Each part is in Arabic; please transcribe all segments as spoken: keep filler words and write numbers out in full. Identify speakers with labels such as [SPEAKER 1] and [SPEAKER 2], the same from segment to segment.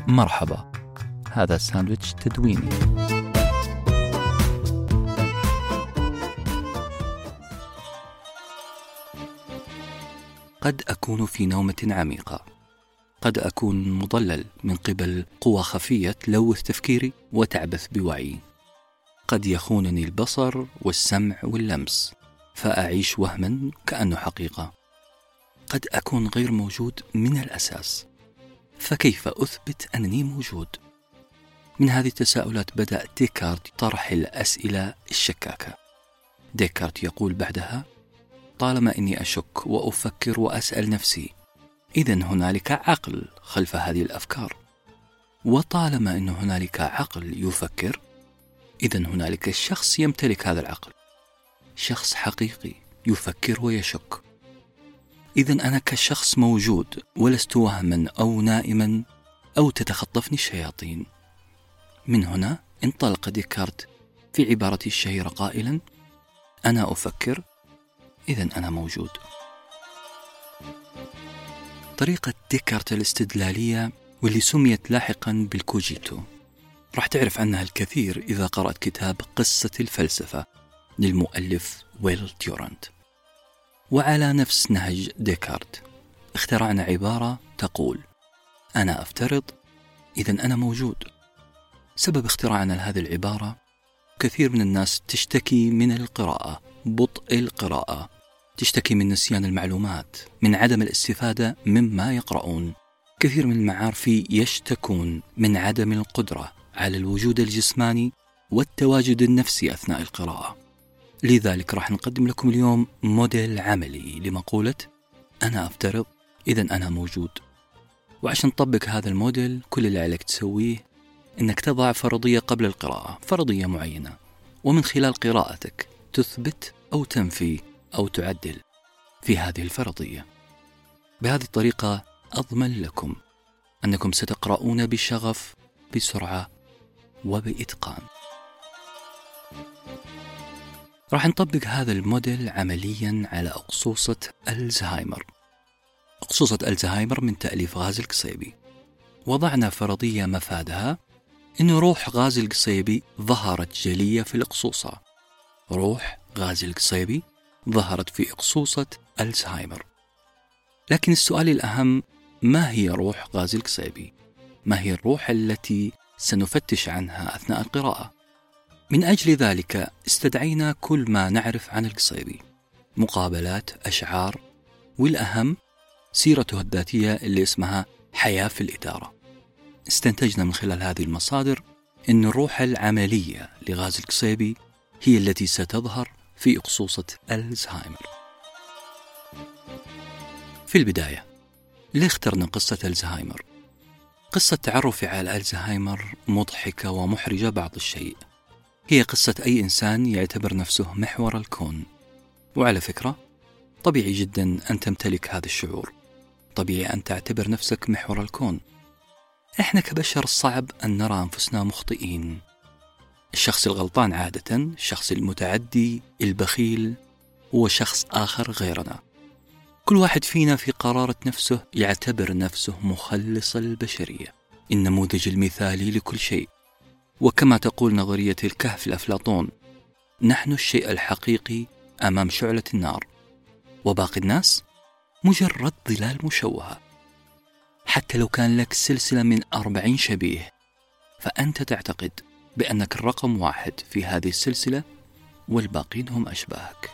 [SPEAKER 1] مرحبا، هذا ساندويتش تدويني. قد أكون في نومة عميقة، قد أكون مضلل من قبل قوى خفية تلوث تفكيري وتعبث بوعي. قد يخونني البصر والسمع واللمس فأعيش وهما كأنه حقيقة. قد أكون غير موجود من الأساس، فكيف أثبت أنني موجود؟ من هذه التساؤلات بدأ ديكارت طرح الأسئلة الشكاكة. ديكارت يقول بعدها: طالما إني أشك وأفكر وأسأل نفسي، إذن هنالك عقل خلف هذه الأفكار، وطالما إن هنالك عقل يفكر، إذن هنالك شخص يمتلك هذا العقل، شخص حقيقي يفكر ويشك. إذن أنا كشخص موجود ولست وهما أو نائما أو تتخطفني الشياطين. من هنا انطلق ديكارت في عبارته الشهيرة قائلا: أنا أفكر، إذن أنا موجود. طريقة ديكارت الاستدلالية واللي سميت لاحقا بالكوجيتو راح تعرف عنها الكثير إذا قرأت كتاب قصة الفلسفة للمؤلف ويل ديورانت. وعلى نفس نهج ديكارت اخترعنا عبارة تقول: أنا أفترض، إذن أنا موجود. سبب اختراعنا لهذه العبارة: كثير من الناس تشتكي من القراءة، بطء القراءة، تشتكي من نسيان المعلومات، من عدم الاستفادة مما يقرؤون. كثير من المعارفي يشتكون من عدم القدرة على الوجود الجسماني والتواجد النفسي أثناء القراءة. لذلك راح نقدم لكم اليوم موديل عملي لمقولة أنا أفترض، إذن أنا موجود. وعشان نطبق هذا الموديل كل اللي عليك تسويه إنك تضع فرضية قبل القراءة، فرضية معينة، ومن خلال قراءتك تثبت أو تنفي أو تعدل في هذه الفرضية. بهذه الطريقة أضمن لكم أنكم ستقرؤون بشغف، بسرعة وبإتقان. راح نطبق هذا الموديل عمليا على أقصوصة ألزهايمر. أقصوصة ألزهايمر من تأليف غازي القصيبي. وضعنا فرضية مفادها إن روح غازي القصيبي ظهرت جلية في الأقصوصة. روح غازي القصيبي ظهرت في أقصوصة ألزهايمر. لكن السؤال الأهم: ما هي روح غازي القصيبي؟ ما هي الروح التي سنفتش عنها أثناء القراءة؟ من أجل ذلك استدعينا كل ما نعرف عن القصيبي: مقابلات، أشعار، والأهم سيرته الذاتية اللي اسمها حياة في الإدارة. استنتجنا من خلال هذه المصادر أن الروح العملية لغازي القصيبي هي التي ستظهر في أقصوصة ألزهايمر. في البداية، ليه اخترنا قصة ألزهايمر؟ قصة تعرفي على ألزهايمر مضحكة ومحرجة بعض الشيء. هي قصة أي إنسان يعتبر نفسه محور الكون. وعلى فكرة، طبيعي جدا أن تمتلك هذا الشعور، طبيعي أن تعتبر نفسك محور الكون. إحنا كبشر صعب أن نرى أنفسنا مخطئين. الشخص الغلطان عادة، الشخص المتعدي، البخيل، هو شخص آخر غيرنا. كل واحد فينا في قرارة نفسه يعتبر نفسه مخلص البشرية، النموذج المثالي لكل شيء. وكما تقول نظرية الكهف لأفلاطون: نحن الشيء الحقيقي أمام شعلة النار، وباقي الناس مجرد ظلال مشوهة. حتى لو كان لك سلسلة من أربعين شبيه، فأنت تعتقد بأنك الرقم واحد في هذه السلسلة والباقين هم أشباهك.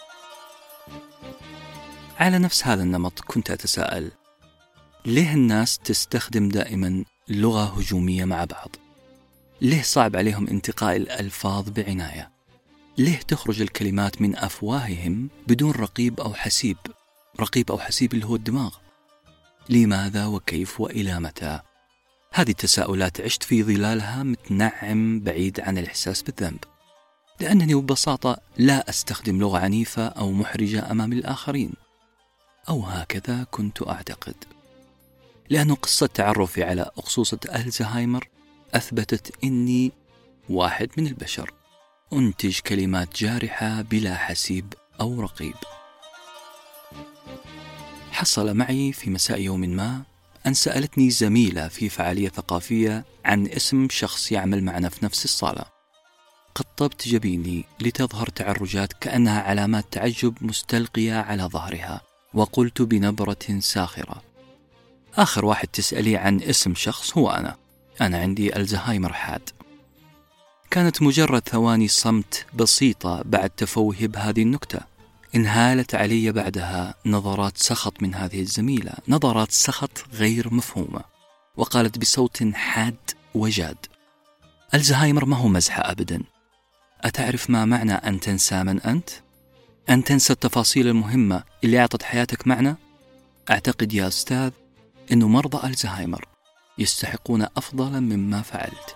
[SPEAKER 1] على نفس هذا النمط كنت أتساءل: ليه الناس تستخدم دائما لغة هجومية مع بعض؟ ليه صعب عليهم انتقاء الألفاظ بعناية؟ ليه تخرج الكلمات من أفواههم بدون رقيب أو حسيب؟ رقيب أو حسيب اللي هو الدماغ. لماذا وكيف وإلى متى؟ هذه التساؤلات عشت في ظلالها متنعم بعيد عن الإحساس بالذنب، لأنني ببساطة لا أستخدم لغة عنيفة أو محرجة أمام الآخرين، أو هكذا كنت أعتقد. لأن قصة تعرفي على أقصوصة ألزهايمر أثبتت أني واحد من البشر، أنتج كلمات جارحة بلا حسيب أو رقيب. حصل معي في مساء يوم ما أن سألتني زميلة في فعالية ثقافية عن اسم شخص يعمل معنا في نفس الصالة. قطبت جبيني لتظهر تعرجات كأنها علامات تعجب مستلقية على ظهرها، وقلت بنبرة ساخرة: آخر واحد تسألي عن اسم شخص هو أنا أنا عندي الزهايمر حاد. كانت مجرد ثواني صمت بسيطة بعد تفوهي بهذه النكتة. انهالت علي بعدها نظرات سخط من هذه الزميلة، نظرات سخط غير مفهومة، وقالت بصوت حاد وجاد: الزهايمر ما هو مزحة أبدا. أتعرف ما معنى أن تنسى من أنت؟ أن تنسى التفاصيل المهمة اللي أعطت حياتك معنى؟ أعتقد يا أستاذ أن مرضى الزهايمر يستحقون أفضل مما فعلت.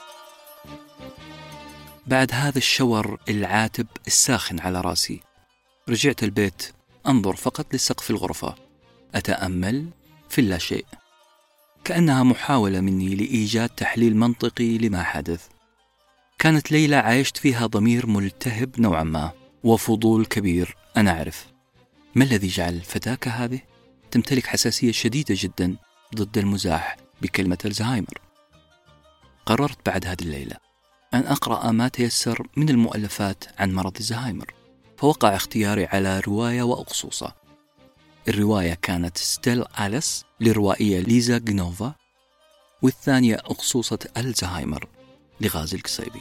[SPEAKER 1] بعد هذا الشور العاتب الساخن على راسي، رجعت البيت أنظر فقط لسقف الغرفة، أتأمل في اللا شيء، كأنها محاولة مني لإيجاد تحليل منطقي لما حدث. كانت ليلة عايشت فيها ضمير ملتهب نوعا ما وفضول كبير. أنا أعرف ما الذي جعل فتاة كهذه تمتلك حساسية شديدة جدا ضد المزاح بكلمة الزهايمر. قررت بعد هذه الليلة أن أقرأ ما تيسر من المؤلفات عن مرض الزهايمر، فوقع اختياري على رواية وأقصوصة. الرواية كانت ستيل أليس لروائية ليزا جنوفا، والثانية أقصوصة الزهايمر لغازي القصيبي.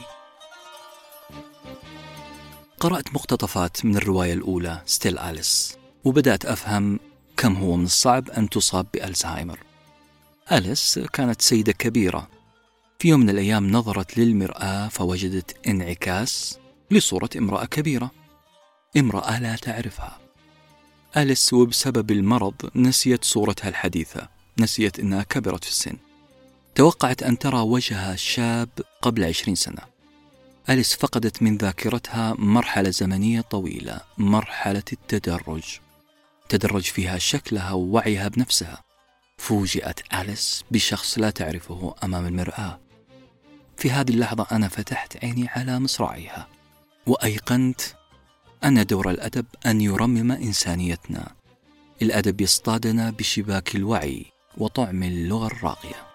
[SPEAKER 1] قرأت مقتطفات من الرواية الأولى ستيل أليس، وبدأت أفهم كم هو من الصعب أن تصاب بألزهايمر. أليس كانت سيدة كبيرة. في يوم من الأيام نظرت للمرآة فوجدت انعكاس لصورة امرأة كبيرة، امرأة لا تعرفها. أليس وبسبب المرض نسيت صورتها الحديثة، نسيت أنها كبرت في السن. توقعت أن ترى وجهها شاب قبل عشرين سنة. أليس فقدت من ذاكرتها مرحلة زمنية طويلة، مرحلة التدرج، تدرج فيها شكلها ووعيها بنفسها. فوجئت أليس بشخص لا تعرفه أمام المرآة. في هذه اللحظة أنا فتحت عيني على مصراعيها، وأيقنت أن دور الأدب أن يرمم إنسانيتنا. الأدب يصطادنا بشباك الوعي وطعم اللغة الراقية.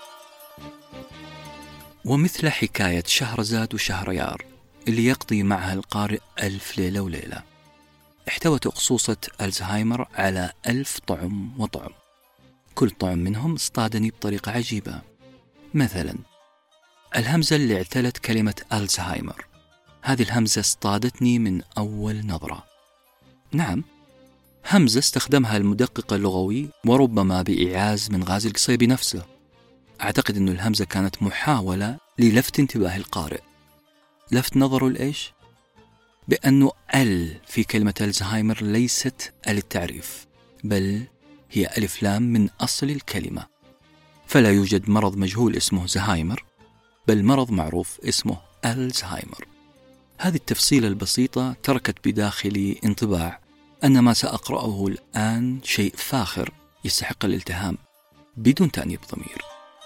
[SPEAKER 1] ومثل حكاية شهرزاد وشهريار اللي يقضي معها القارئ ألف ليلة وليلة، احتوت أقصوصة الزهايمر على ألف طعم وطعم. كل طعم منهم اصطادني بطريقة عجيبة. مثلا الهمزة اللي اعتلت كلمة الزهايمر، هذه الهمزة اصطادتني من أول نظرة. نعم، همزة استخدمها المدقق اللغوي وربما بإعاز من غازي القصيبي نفسه. أعتقد أن الهمزة كانت محاولة للفت انتباه القارئ. لفت نظره لإيش؟ بأنه ال في كلمة الزهايمر ليست ال التعريف، بل هي ألف لام من أصل الكلمة. فلا يوجد مرض مجهول اسمه زهايمر، بل مرض معروف اسمه الزهايمر. هذه التفصيلة البسيطة تركت بداخلي انطباع أن ما سأقرأه الآن شيء فاخر يستحق الالتهام بدون تأنيب ضمير.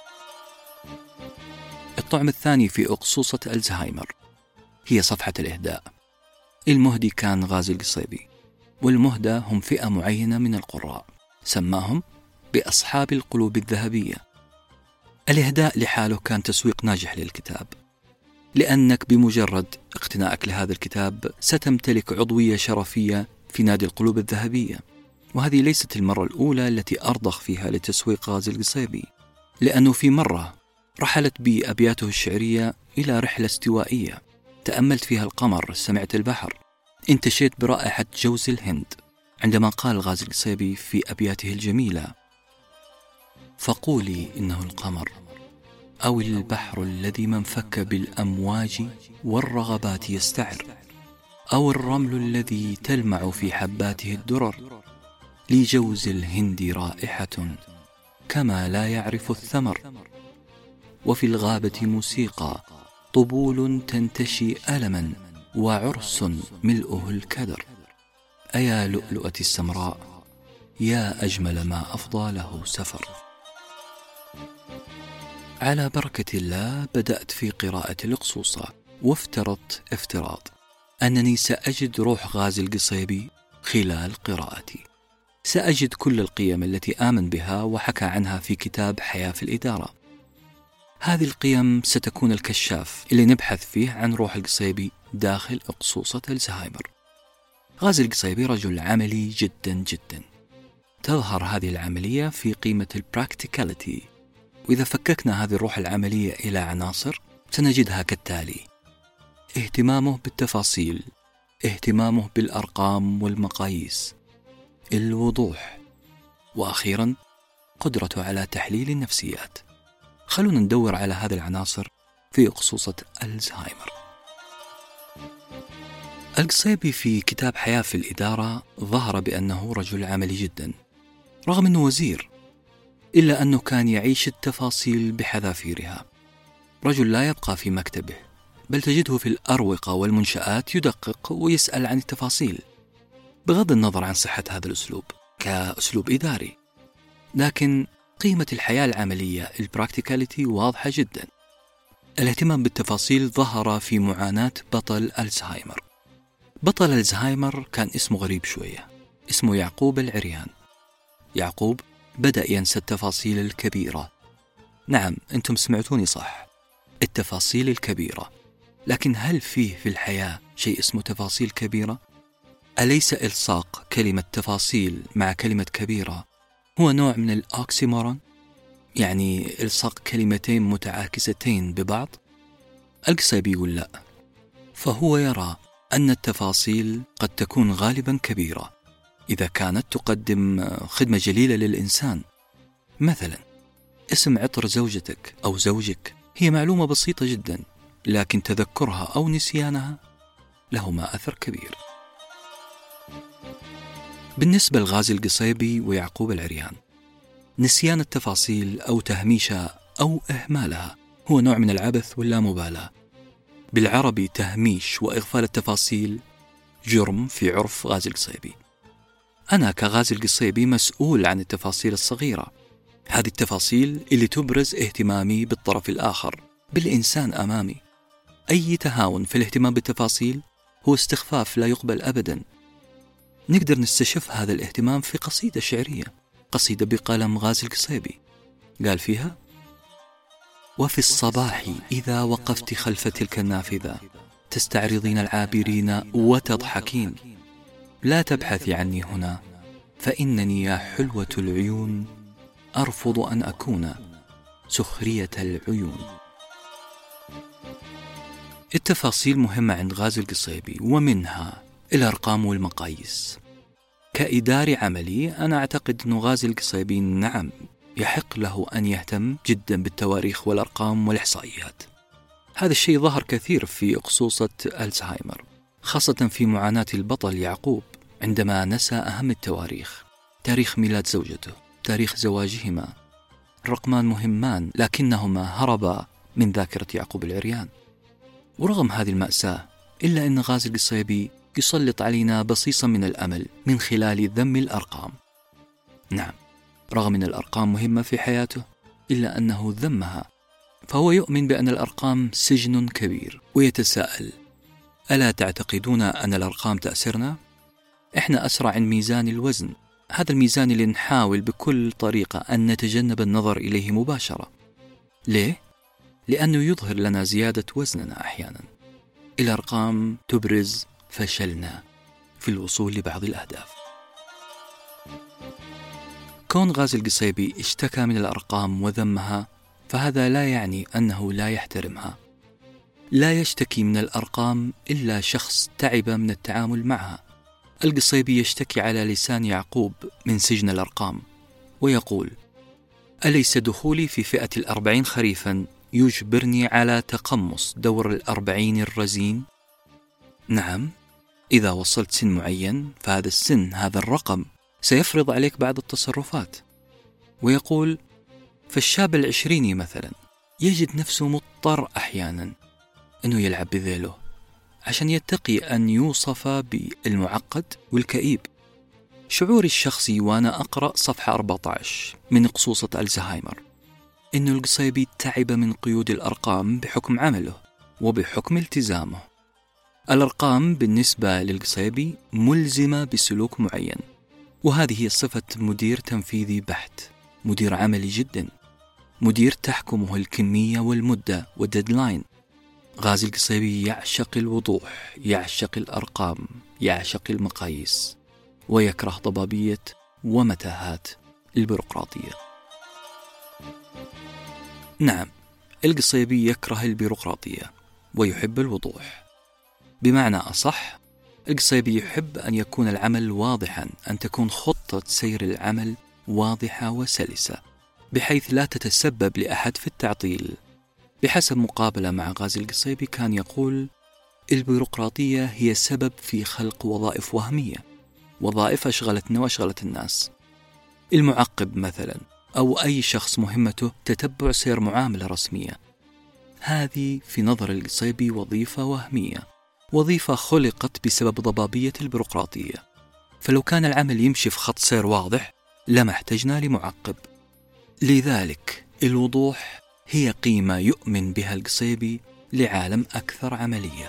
[SPEAKER 1] الطعم الثاني في أقصوصة الزهايمر هي صفحة الإهداء. المهدي كان غازي القصيبي، والمهدى هم فئة معينة من القراء سماهم بأصحاب القلوب الذهبية. الإهداء لحاله كان تسويق ناجح للكتاب، لأنك بمجرد اقتنائك لهذا الكتاب ستمتلك عضوية شرفية في نادي القلوب الذهبية. وهذه ليست المرة الأولى التي أرضخ فيها لتسويق غازي القصيبي، لأنه في مرة رحلت بي أبياته الشعرية إلى رحلة استوائية، تأملت فيها القمر، سمعت البحر، انتشيت برائحة جوز الهند، عندما قال غازي القصيبي في أبياته الجميلة: فقولي إنه القمر أو البحر الذي من فك بالأمواج والرغبات يستعر، أو الرمل الذي تلمع في حباته الدرر، لجوز الهند رائحة كما لا يعرف الثمر، وفي الغابة موسيقى طبول تنتشي ألما وعرس ملؤه الكدر، أيا لؤلؤة السمراء يا أجمل ما أفضى له سفر. على بركة الله بدأت في قراءة الأقصوصة، وافترضت افتراض أنني سأجد روح غازي القصيبي خلال قراءتي. سأجد كل القيم التي آمن بها وحكى عنها في كتاب حياة في الإدارة. هذه القيم ستكون الكشاف اللي نبحث فيه عن روح القصيبي داخل أقصوصة الزهايمر. غازي القصيبي رجل عملي جدا جدا. تظهر هذه العملية في قيمة البراكتيكاليتي، وإذا فككنا هذه الروح العملية إلى عناصر سنجدها كالتالي: اهتمامه بالتفاصيل، اهتمامه بالأرقام والمقاييس، الوضوح، وأخيرا قدرته على تحليل النفسيات. خلونا ندور على هذه العناصر في أقصوصة الزهايمر. القصيبي في كتاب حياة في الإدارة ظهر بأنه رجل عملي جدا، رغم أنه وزير، إلا أنه كان يعيش التفاصيل بحذافيرها. رجل لا يبقى في مكتبه، بل تجده في الأروقة والمنشآت يدقق ويسأل عن التفاصيل، بغض النظر عن صحة هذا الأسلوب كأسلوب إداري. لكن قيمة الحياة العملية البراكتيكاليتي واضحة جدا. الاهتمام بالتفاصيل ظهر في معاناة بطل الزهايمر. بطل الزهايمر كان اسمه غريب شوية، اسمه يعقوب العريان. يعقوب بدأ ينسى التفاصيل الكبيرة. نعم، أنتم سمعتوني صح، التفاصيل الكبيرة. لكن هل فيه في الحياة شيء اسمه تفاصيل كبيرة؟ أليس إلصاق كلمة تفاصيل مع كلمة كبيرة هو نوع من الأوكسيمورون؟ يعني إلصاق كلمتين متعاكستين ببعض؟ القصيبي يقول لا، فهو يرى أن التفاصيل قد تكون غالبا كبيرة إذا كانت تقدم خدمة جليلة للإنسان. مثلا اسم عطر زوجتك أو زوجك هي معلومة بسيطة جدا، لكن تذكرها أو نسيانها لهما أثر كبير. بالنسبة لغازي القصيبي ويعقوب العريان، نسيان التفاصيل أو تهميشها أو إهمالها هو نوع من العبث واللامبالاة. بالعربي تهميش وإغفال التفاصيل جرم في عرف غازي القصيبي. أنا كغازي القصيبي مسؤول عن التفاصيل الصغيرة، هذه التفاصيل اللي تبرز اهتمامي بالطرف الآخر، بالإنسان أمامي. أي تهاون في الاهتمام بالتفاصيل هو استخفاف لا يقبل أبدا. نقدر نستشف هذا الاهتمام في قصيدة شعرية، قصيدة بقلم غازي القصيبي، قال فيها: وفي الصباح إذا وقفت خلف تلك النافذة تستعرضين العابرين وتضحكين، لا تبحثي عني هنا، فإنني يا حلوة العيون أرفض أن أكون سخرية العيون. التفاصيل مهمة عند غازي القصيبي، ومنها الأرقام والمقاييس. كإداري عملي أنا أعتقد أن غازي القصيبي نعم يحق له أن يهتم جدا بالتواريخ والأرقام والإحصائيات. هذا الشيء ظهر كثير في أقصوصة الزهايمر، خاصة في معاناة البطل يعقوب عندما نسى أهم التواريخ: تاريخ ميلاد زوجته، تاريخ زواجهما. الرقمان مهمان لكنهما هربا من ذاكرة يعقوب العريان. ورغم هذه المأساة إلا أن غازي القصيبي يسلط علينا بصيصا من الأمل من خلال ذم الأرقام. نعم، رغم أن الأرقام مهمة في حياته إلا أنه ذمها، فهو يؤمن بأن الأرقام سجن كبير، ويتساءل: ألا تعتقدون أن الأرقام تأسرنا؟ إحنا أسرع عن ميزان الوزن، هذا الميزان اللي نحاول بكل طريقة أن نتجنب النظر إليه مباشرة. ليه؟ لأنه يظهر لنا زيادة وزننا أحيانا. الأرقام تبرز فشلنا في الوصول لبعض الأهداف. كون غازي القصيبي اشتكى من الأرقام وذمها، فهذا لا يعني أنه لا يحترمها. لا يشتكي من الأرقام إلا شخص تعب من التعامل معها. القصيبي يشتكي على لسان يعقوب من سجن الأرقام، ويقول: أليس دخولي في فئة الأربعين خريفا يجبرني على تقمص دور الأربعين الرزين؟ نعم، إذا وصلت سن معين فهذا السن، هذا الرقم سيفرض عليك بعض التصرفات. ويقول: فالشاب العشريني مثلا يجد نفسه مضطر أحيانا أنه يلعب بذيله عشان يتقي أن يوصف بالمعقد والكئيب. شعوري الشخصي وأنا أقرأ صفحة أربعة عشر من قصوصة الزهايمر إن القصيبي تعب من قيود الأرقام بحكم عمله وبحكم التزامه. الأرقام بالنسبة للقصيبي ملزمة بسلوك معين، وهذه هي صفة مدير تنفيذي بحت، مدير عملي جدا، مدير تحكمه الكمية والمدة والديدلاين. غازي القصيبي يعشق الوضوح، يعشق الأرقام، يعشق المقاييس، ويكره ضبابية ومتاهات البيروقراطية. نعم، القصيبي يكره البيروقراطية ويحب الوضوح. بمعنى أصح، القصيبي يحب أن يكون العمل واضحا، أن تكون خطة سير العمل واضحة وسلسة بحيث لا تتسبب لأحد في التعطيل. بحسب مقابلة مع غازي القصيبي كان يقول: البيروقراطية هي سبب في خلق وظائف وهمية، وظائف أشغلتنا وأشغلت الناس. المعقب مثلا، أو أي شخص مهمته تتبع سير معاملة رسمية، هذه في نظر القصيبي وظيفة وهمية، وظيفة خلقت بسبب ضبابية البيروقراطية. فلو كان العمل يمشي في خط سير واضح لما احتجنا لمعقب. لذلك الوضوح هي قيمة يؤمن بها القصيبي لعالم أكثر عملية.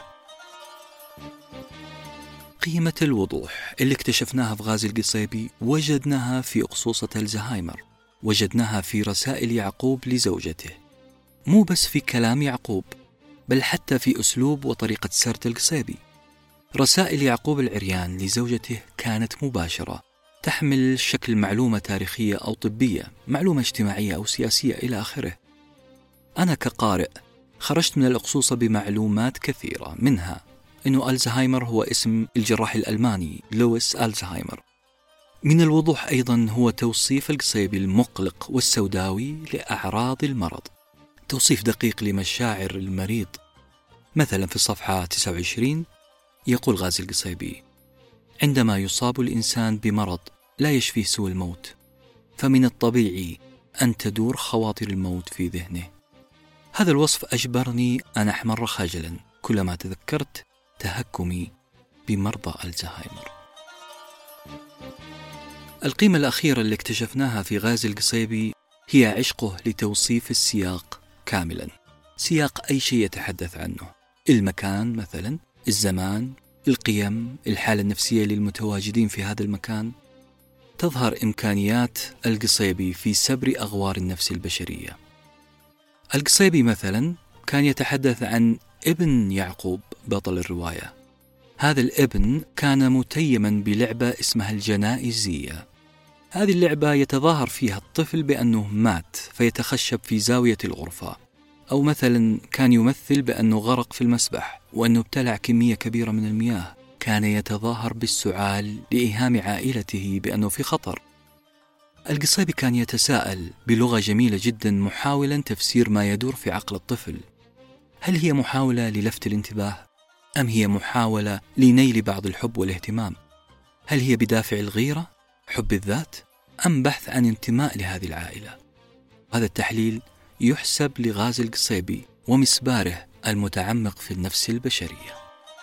[SPEAKER 1] قيمة الوضوح اللي اكتشفناها في غازي القصيبي وجدناها في أقصوصة الزهايمر، وجدناها في رسائل يعقوب لزوجته، مو بس في كلام يعقوب بل حتى في أسلوب وطريقة سرد القصيبي. رسائل يعقوب العريان لزوجته كانت مباشرة، تحمل شكل معلومة تاريخية أو طبية، معلومة اجتماعية أو سياسية إلى آخره. أنا كقارئ خرجت من الأقصوصة بمعلومات كثيرة، منها أنه ألزهايمر هو اسم الجراح الألماني لويس ألزهايمر. من الوضوح أيضا هو توصيف القصيبي المقلق والسوداوي لأعراض المرض، توصيف دقيق لمشاعر المريض. مثلا في الصفحة تسعة وعشرين يقول غازي القصيبي: عندما يصاب الإنسان بمرض لا يشفيه سوى الموت، فمن الطبيعي أن تدور خواطر الموت في ذهنه. هذا الوصف أجبرني أن أحمر خجلا كلما تذكرت تهكمي بمرضى الزهايمر. القيمة الأخيرة اللي اكتشفناها في غازي القصيبي هي عشقه لتوصيف السياق كاملا، سياق أي شيء يتحدث عنه، المكان مثلا، الزمان، القيم، الحالة النفسية للمتواجدين في هذا المكان. تظهر إمكانيات القصيبي في سبر أغوار النفس البشرية. القصيبي مثلا كان يتحدث عن ابن يعقوب بطل الرواية. هذا الابن كان متيما بلعبة اسمها الجنائزية. هذه اللعبة يتظاهر فيها الطفل بأنه مات فيتخشب في زاوية الغرفة، أو مثلا كان يمثل بأنه غرق في المسبح وأنه ابتلع كمية كبيرة من المياه. كان يتظاهر بالسعال لإيهام عائلته بأنه في خطر. القصيبي كان يتساءل بلغة جميلة جدا محاولا تفسير ما يدور في عقل الطفل. هل هي محاولة للفت الانتباه؟ أم هي محاولة لنيل بعض الحب والاهتمام؟ هل هي بدافع الغيرة، حب الذات، أم بحث عن انتماء لهذه العائلة؟ هذا التحليل يحسب لغازي القصيبي ومسباره المتعمق في النفس البشرية.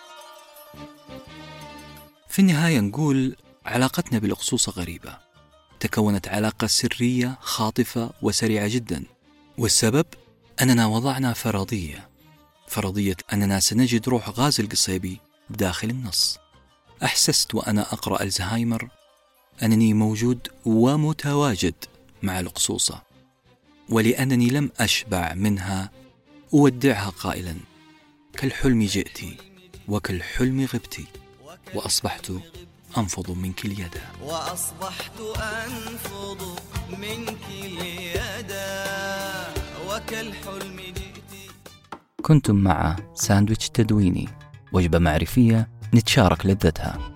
[SPEAKER 1] في النهاية نقول علاقتنا بالأقصوصة غريبة، تكونت علاقة سرية خاطفة وسريعة جدا، والسبب أننا وضعنا فرضية فرضية أننا سنجد روح غازي القصيبي بداخل النص. أحسست وأنا أقرأ الزهايمر أنني موجود ومتواجد مع الأقصوصة، ولأنني لم أشبع منها أودعها قائلا: كالحلم جئتي وكالحلم غبتي، وأصبحت أنفض منك اليدا.
[SPEAKER 2] وأصبحت أنفض منك اليدا وكالحلم جئتي.
[SPEAKER 1] كنتم مع ساندويتش تدويني، وجبة معرفية نتشارك لذتها.